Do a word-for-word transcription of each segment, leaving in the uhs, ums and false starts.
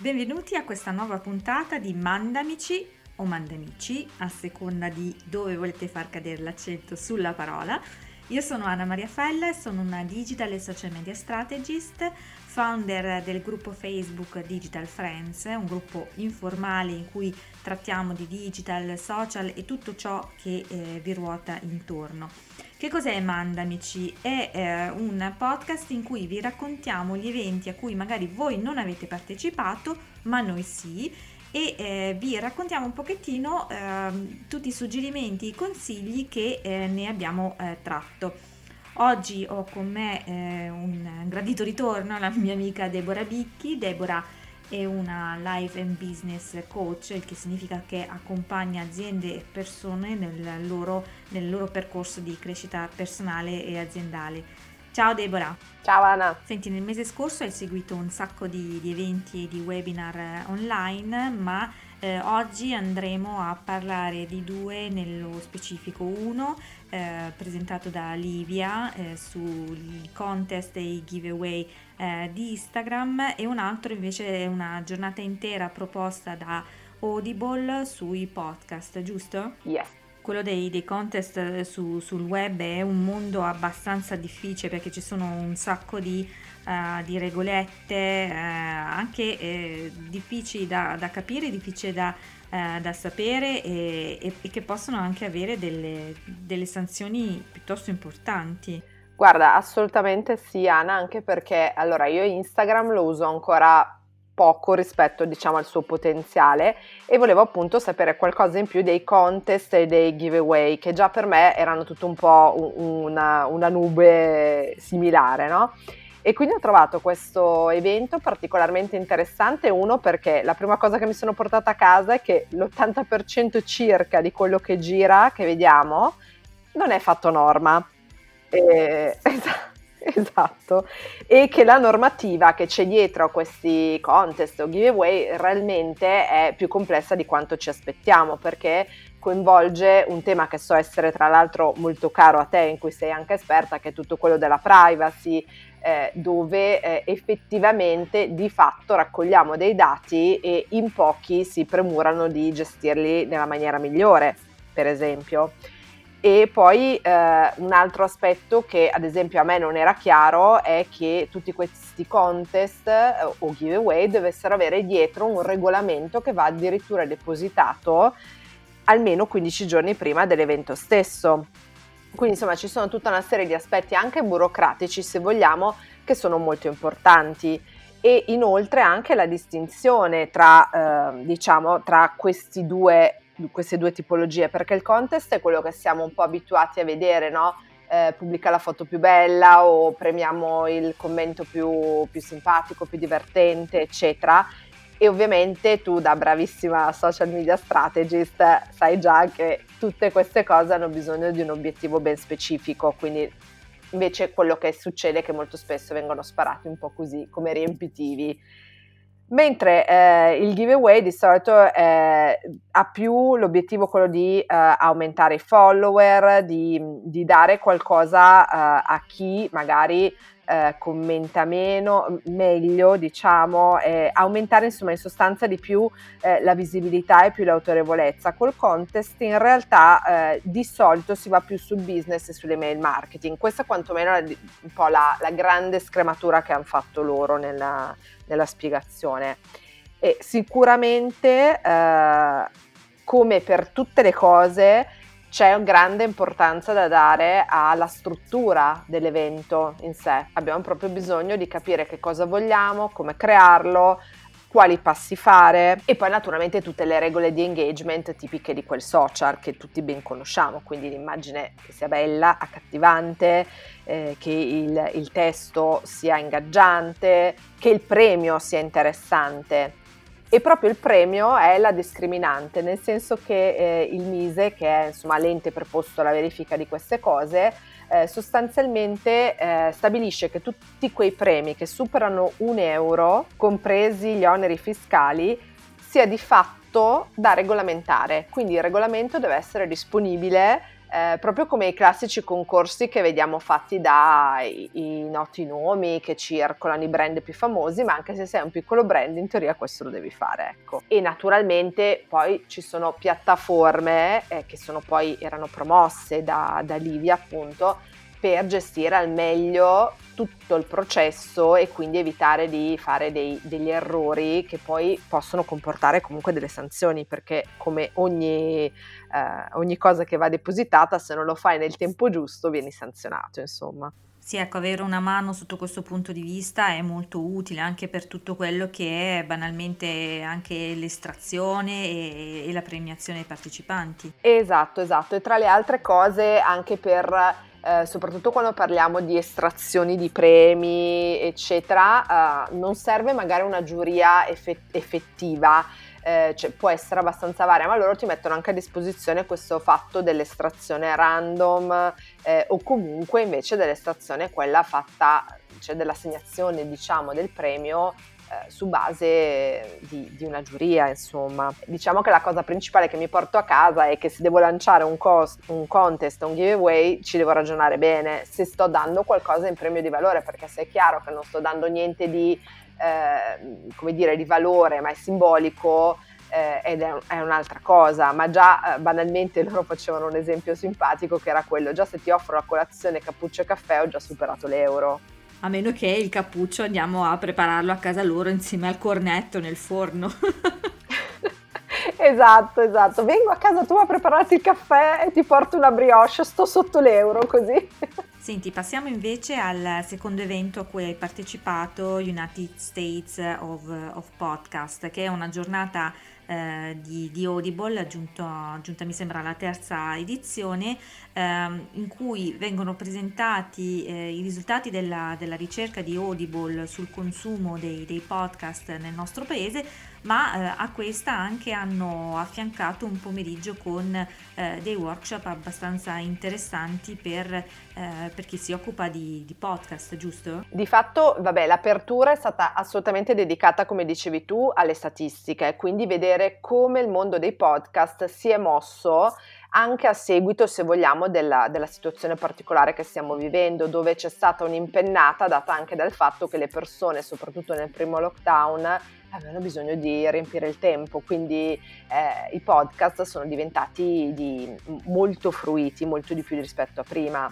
Benvenuti a questa nuova puntata di Mandamici o Mandamici, a seconda di dove volete far cadere l'accento sulla parola. Io sono Anna Maria Fella e sono una Digital e Social Media Strategist, founder del gruppo Facebook Digital Friends, un gruppo informale in cui trattiamo di digital, social e tutto ciò che eh, vi ruota intorno. Che cos'è Mandamici? È eh, un podcast in cui vi raccontiamo gli eventi a cui magari voi non avete partecipato, ma noi sì, e eh, vi raccontiamo un pochettino eh, tutti i suggerimenti, i consigli che eh, ne abbiamo eh, tratto. Oggi ho con me eh, un gradito ritorno la mia amica Deborah Bicchi. Deborah è una life and business coach, il che significa che accompagna aziende e persone nel loro, nel loro percorso di crescita personale e aziendale. Ciao Deborah. Ciao Anna. Senti, nel mese scorso hai seguito un sacco di, di eventi e di webinar eh, online, ma eh, oggi andremo a parlare di due nello specifico. Uno eh, presentato da Livia eh, sui contest e i giveaway eh, di Instagram, e un altro invece è una giornata intera proposta da Audible sui podcast, giusto? Yes. Quello dei, dei contest su, sul web è un mondo abbastanza difficile perché ci sono un sacco di, uh, di regolette, uh, anche eh, difficili da, da capire, difficili da, uh, da sapere e, e, e che possono anche avere delle, delle sanzioni piuttosto importanti. Guarda, assolutamente sì Anna, anche perché allora io Instagram lo uso ancora poco rispetto diciamo al suo potenziale e volevo appunto sapere qualcosa in più dei contest e dei giveaway, che già per me erano tutto un po' una, una nube similare, no? E quindi ho trovato questo evento particolarmente interessante. Uno, perché la prima cosa che mi sono portata a casa è che l'ottanta per cento circa di quello che gira, che vediamo, non è fatto norma. Eh, esatto. Esatto, e che la normativa che c'è dietro a questi contest o giveaway realmente è più complessa di quanto ci aspettiamo, perché coinvolge un tema che so essere tra l'altro molto caro a te, in cui sei anche esperta, che è tutto quello della privacy, eh, dove eh, effettivamente di fatto raccogliamo dei dati e in pochi si premurano di gestirli nella maniera migliore, per esempio. E poi eh, un altro aspetto che ad esempio a me non era chiaro è che tutti questi contest eh, o giveaway dovessero avere dietro un regolamento che va addirittura depositato almeno quindici giorni prima dell'evento stesso. Quindi insomma ci sono tutta una serie di aspetti anche burocratici, se vogliamo, che sono molto importanti. E inoltre anche la distinzione tra, eh, diciamo, tra questi due queste due tipologie, perché il contest è quello che siamo un po' abituati a vedere, no? Eh, pubblica la foto più bella o premiamo il commento più, più simpatico, più divertente, eccetera. E ovviamente tu, da bravissima social media strategist, sai già che tutte queste cose hanno bisogno di un obiettivo ben specifico, quindi invece quello che succede è che molto spesso vengono sparati un po' così come riempitivi. Mentre eh, il giveaway di solito eh, ha più l'obiettivo quello di eh, aumentare i follower, di, di dare qualcosa eh, a chi magari eh, commenta meno, meglio diciamo, eh, aumentare insomma in sostanza di più eh, la visibilità e più l'autorevolezza. Col contest in realtà eh, di solito si va più sul business e sull'email marketing. Questa quantomeno è un po' la, la grande scrematura che hanno fatto loro nella nella spiegazione. E sicuramente eh, come per tutte le cose c'è una grande importanza da dare alla struttura dell'evento in sé. Abbiamo proprio bisogno di capire che cosa vogliamo, come crearlo, quali passi fare e poi naturalmente tutte le regole di engagement tipiche di quel social che tutti ben conosciamo, quindi l'immagine che sia bella, accattivante, eh, che il, il testo sia ingaggiante, che il premio sia interessante. E proprio il premio è la discriminante, nel senso che eh, il MISE, che è insomma l'ente preposto alla verifica di queste cose, eh, sostanzialmente eh, stabilisce che tutti quei premi che superano un euro, compresi gli oneri fiscali, sia di fatto da regolamentare. Quindi il regolamento deve essere disponibile eh, proprio come i classici concorsi che vediamo fatti dai i noti nomi che circolano, i brand più famosi, ma anche se sei un piccolo brand in teoria questo lo devi fare, ecco. E naturalmente poi ci sono piattaforme eh, che sono poi erano promosse da, da Livia appunto per gestire al meglio tutto il processo e quindi evitare di fare dei, degli errori che poi possono comportare comunque delle sanzioni, perché come ogni, eh, ogni cosa che va depositata, se non lo fai nel tempo giusto vieni sanzionato, insomma. Sì, ecco, avere una mano sotto questo punto di vista è molto utile anche per tutto quello che è banalmente anche l'estrazione e, e la premiazione dei partecipanti. Esatto, esatto. E tra le altre cose anche per, eh, soprattutto quando parliamo di estrazioni di premi, eccetera, eh, non serve magari una giuria effett- effettiva. Eh, cioè può essere abbastanza varia, ma loro ti mettono anche a disposizione questo fatto dell'estrazione random eh, o comunque invece dell'estrazione quella fatta, cioè dell'assegnazione diciamo del premio eh, su base di, di una giuria, insomma. Diciamo che la cosa principale che mi porto a casa è che se devo lanciare un, cost, un contest, un giveaway, ci devo ragionare bene se sto dando qualcosa in premio di valore, perché se è chiaro che non sto dando niente di Eh, come dire di valore ma è simbolico eh, ed è, è un'altra cosa, ma già eh, banalmente loro facevano un esempio simpatico che era quello: già se ti offro la colazione cappuccio e caffè ho già superato l'euro. A meno che il cappuccio andiamo a prepararlo a casa loro insieme al cornetto nel forno. Esatto, esatto, vengo a casa tua a prepararti il caffè e ti porto una brioche, sto sotto l'euro così. Senti, passiamo invece al secondo evento a cui hai partecipato, United States of, of Podcast, che è una giornata eh, di, di Audible, aggiunto, aggiunta mi sembra alla terza edizione, ehm, in cui vengono presentati eh, i risultati della, della ricerca di Audible sul consumo dei, dei podcast nel nostro paese, ma eh, a questa anche hanno affiancato un pomeriggio con eh, dei workshop abbastanza interessanti per, eh, per chi si occupa di, di podcast, giusto? Di fatto, vabbè, l'apertura è stata assolutamente dedicata, come dicevi tu, alle statistiche, quindi vedere come il mondo dei podcast si è mosso anche a seguito, se vogliamo, della, della situazione particolare che stiamo vivendo, dove c'è stata un'impennata data anche dal fatto che le persone, soprattutto nel primo lockdown, avevano bisogno di riempire il tempo, quindi eh, i podcast sono diventati di, molto fruiti, molto di più rispetto a prima.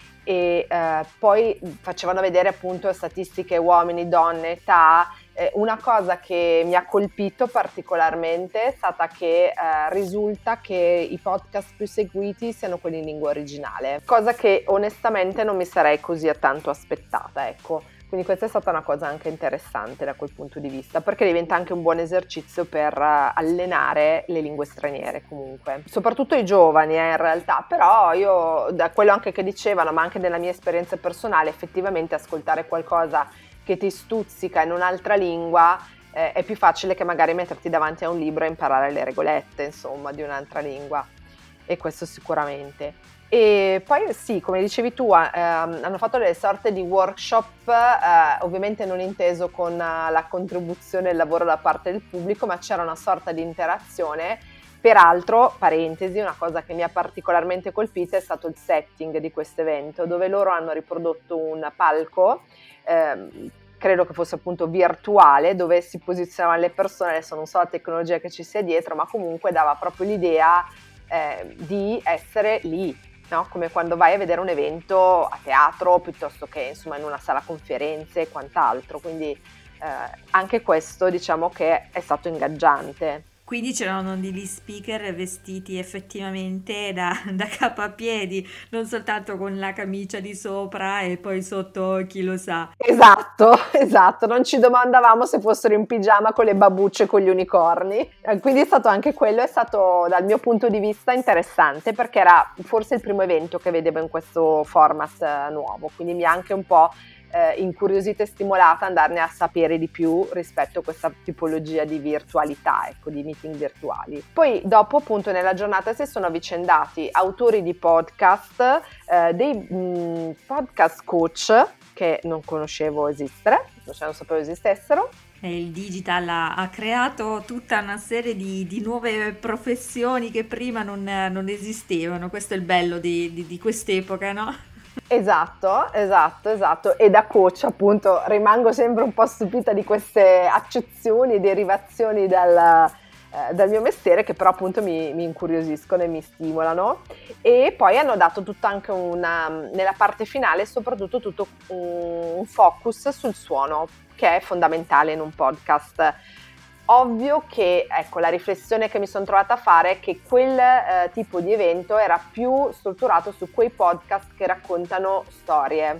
E eh, poi facevano vedere appunto statistiche uomini, donne, età. Eh, una cosa che mi ha colpito particolarmente è stata che eh, risulta che i podcast più seguiti siano quelli in lingua originale, cosa che onestamente non mi sarei così a tanto aspettata, ecco. Quindi questa è stata una cosa anche interessante da quel punto di vista, perché diventa anche un buon esercizio per allenare le lingue straniere comunque, soprattutto i giovani eh, in realtà, però io da quello anche che dicevano, ma anche della mia esperienza personale, effettivamente ascoltare qualcosa che ti stuzzica in un'altra lingua eh, è più facile che magari metterti davanti a un libro e imparare le regolette, insomma, di un'altra lingua, e questo sicuramente. E poi sì, come dicevi tu, eh, hanno fatto delle sorte di workshop, eh, ovviamente non inteso con uh, la contribuzione e il lavoro da parte del pubblico, ma c'era una sorta di interazione. Peraltro, parentesi, una cosa che mi ha particolarmente colpita è stato il setting di questo evento, dove loro hanno riprodotto un palco, ehm, credo che fosse appunto virtuale, dove si posizionavano le persone. Adesso non so la tecnologia che ci sia dietro, ma comunque dava proprio l'idea eh, di essere lì. No? Come quando vai a vedere un evento a teatro piuttosto che insomma in una sala conferenze e quant'altro, quindi eh, anche questo diciamo che è stato ingaggiante. Quindi c'erano degli speaker vestiti effettivamente da, da capo a piedi, non soltanto con la camicia di sopra e poi sotto chi lo sa. Esatto, esatto, non ci domandavamo se fossero in pigiama con le babbucce con gli unicorni, quindi è stato anche quello, è stato dal mio punto di vista interessante, perché era forse il primo evento che vedevo in questo format nuovo, quindi mi ha anche un po' Eh, incuriosita e stimolata ad andarne a sapere di più rispetto a questa tipologia di virtualità, ecco, di meeting virtuali. Poi dopo appunto nella giornata si sono avvicendati autori di podcast, eh, dei mh, podcast coach che non conoscevo esistere, cioè non sapevo esistessero. E il digital ha, ha creato tutta una serie di, di nuove professioni che prima non, non esistevano, questo è il bello di, di, di quest'epoca, no? Esatto, esatto, esatto. E da coach appunto rimango sempre un po' stupita di queste accezioni, derivazioni dal, eh, dal mio mestiere, che però appunto mi, mi incuriosiscono e mi stimolano. E poi hanno dato tutto anche una, nella parte finale, soprattutto tutto un, un focus sul suono, che è fondamentale in un podcast. Ovvio che, ecco, la riflessione che mi sono trovata a fare è che quel eh, tipo di evento era più strutturato su quei podcast che raccontano storie,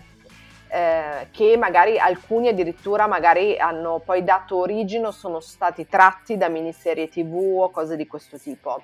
eh, che magari alcuni addirittura magari hanno poi dato origine o sono stati tratti da miniserie tivù o cose di questo tipo,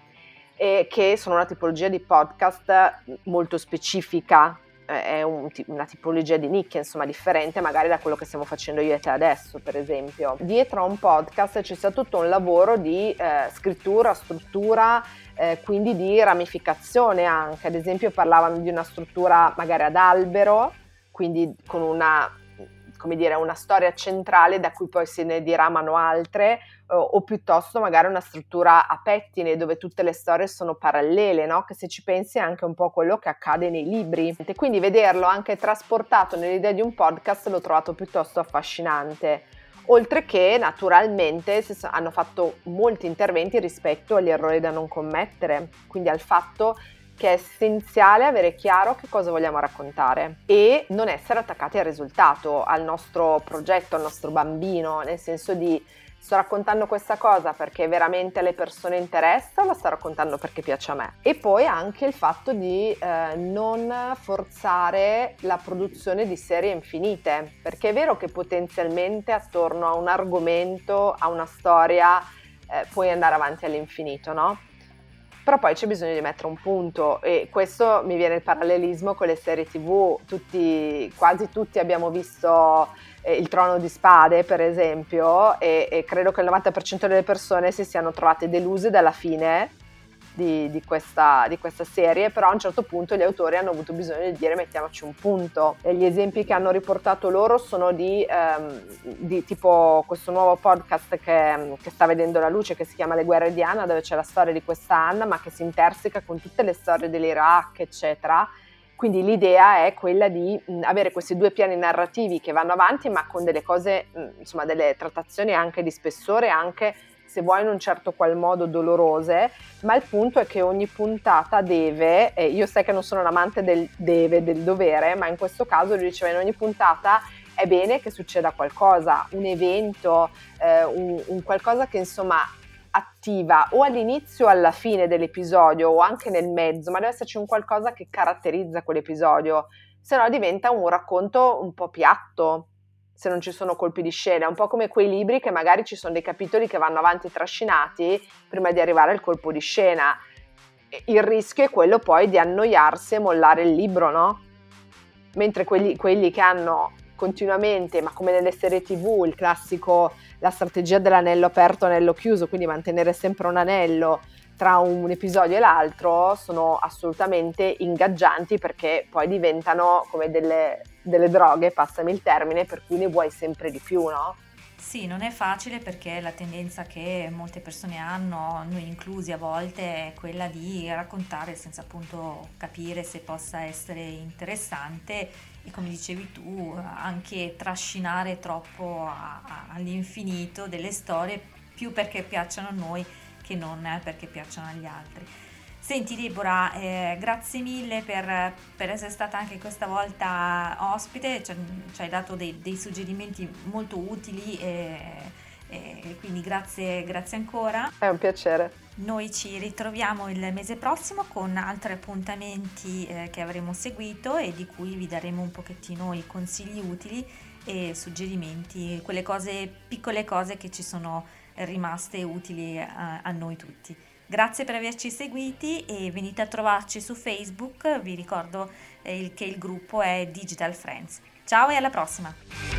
e che sono una tipologia di podcast molto specifica. È un, una tipologia di nicchia, insomma, differente magari da quello che stiamo facendo io e te adesso, per esempio. Dietro a un podcast c'è stato tutto un lavoro di eh, scrittura, struttura, eh, quindi di ramificazione anche. Ad esempio parlavano di una struttura magari ad albero, quindi con una, come dire, una storia centrale da cui poi se ne diramano altre, o, o piuttosto magari una struttura a pettine dove tutte le storie sono parallele, no? Che se ci pensi è anche un po' quello che accade nei libri. E quindi vederlo anche trasportato nell'idea di un podcast l'ho trovato piuttosto affascinante. Oltre che naturalmente si hanno fatto molti interventi rispetto agli errori da non commettere, quindi al fatto che è essenziale avere chiaro che cosa vogliamo raccontare e non essere attaccati al risultato, al nostro progetto, al nostro bambino, nel senso di sto raccontando questa cosa perché veramente alle persone interessa o la sto raccontando perché piace a me? E poi anche il fatto di eh, non forzare la produzione di serie infinite, perché è vero che potenzialmente attorno a un argomento, a una storia, eh, puoi andare avanti all'infinito, no? Però poi c'è bisogno di mettere un punto e questo mi viene il parallelismo con le serie tivù. Tutti, quasi tutti abbiamo visto eh, Il Trono di Spade, per esempio, e, e credo che il novanta per cento delle persone si siano trovate deluse dalla fine di, di, questa, di questa serie, però a un certo punto gli autori hanno avuto bisogno di dire mettiamoci un punto. E gli esempi che hanno riportato loro sono di, ehm, di tipo questo nuovo podcast che, che sta vedendo la luce, che si chiama Le Guerre di Anna, dove c'è la storia di questa Anna ma che si interseca con tutte le storie dell'Iraq, eccetera. Quindi l'idea è quella di mh, avere questi due piani narrativi che vanno avanti ma con delle cose, mh, insomma delle trattazioni anche di spessore, anche se vuoi in un certo qual modo dolorose, ma il punto è che ogni puntata deve, e io sai che non sono un amante del deve, del dovere, ma in questo caso lui diceva in ogni puntata è bene che succeda qualcosa, un evento, eh, un, un qualcosa che insomma attiva o all'inizio o alla fine dell'episodio o anche nel mezzo, ma deve esserci un qualcosa che caratterizza quell'episodio, se no diventa un racconto un po' piatto, se non ci sono colpi di scena, un po' come quei libri che magari ci sono dei capitoli che vanno avanti trascinati prima di arrivare al colpo di scena. Il rischio è quello poi di annoiarsi e mollare il libro, no? Mentre quelli, quelli che hanno continuamente, ma come nelle serie tivù, il classico, la strategia dell'anello aperto, anello chiuso, quindi mantenere sempre un anello tra un episodio e l'altro, sono assolutamente ingaggianti perché poi diventano come delle, delle droghe, passami il termine, per cui ne vuoi sempre di più, no? Sì, non è facile perché la tendenza che molte persone hanno, noi inclusi a volte, è quella di raccontare senza appunto capire se possa essere interessante e, come dicevi tu, anche trascinare troppo a, a, all'infinito delle storie più perché piacciono a noi che non perché piacciono agli altri. Senti Deborah, eh, grazie mille per, per essere stata anche questa volta ospite, ci, ci hai dato dei, dei suggerimenti molto utili e, e quindi grazie, grazie ancora. È un piacere. Noi ci ritroviamo il mese prossimo con altri appuntamenti eh, che avremo seguito e di cui vi daremo un pochettino i consigli utili e suggerimenti, quelle cose, piccole cose che ci sono rimaste utili a, a noi tutti. Grazie per averci seguiti e venite a trovarci su Facebook, vi ricordo eh, che il gruppo è Digital Friends. Ciao e alla prossima!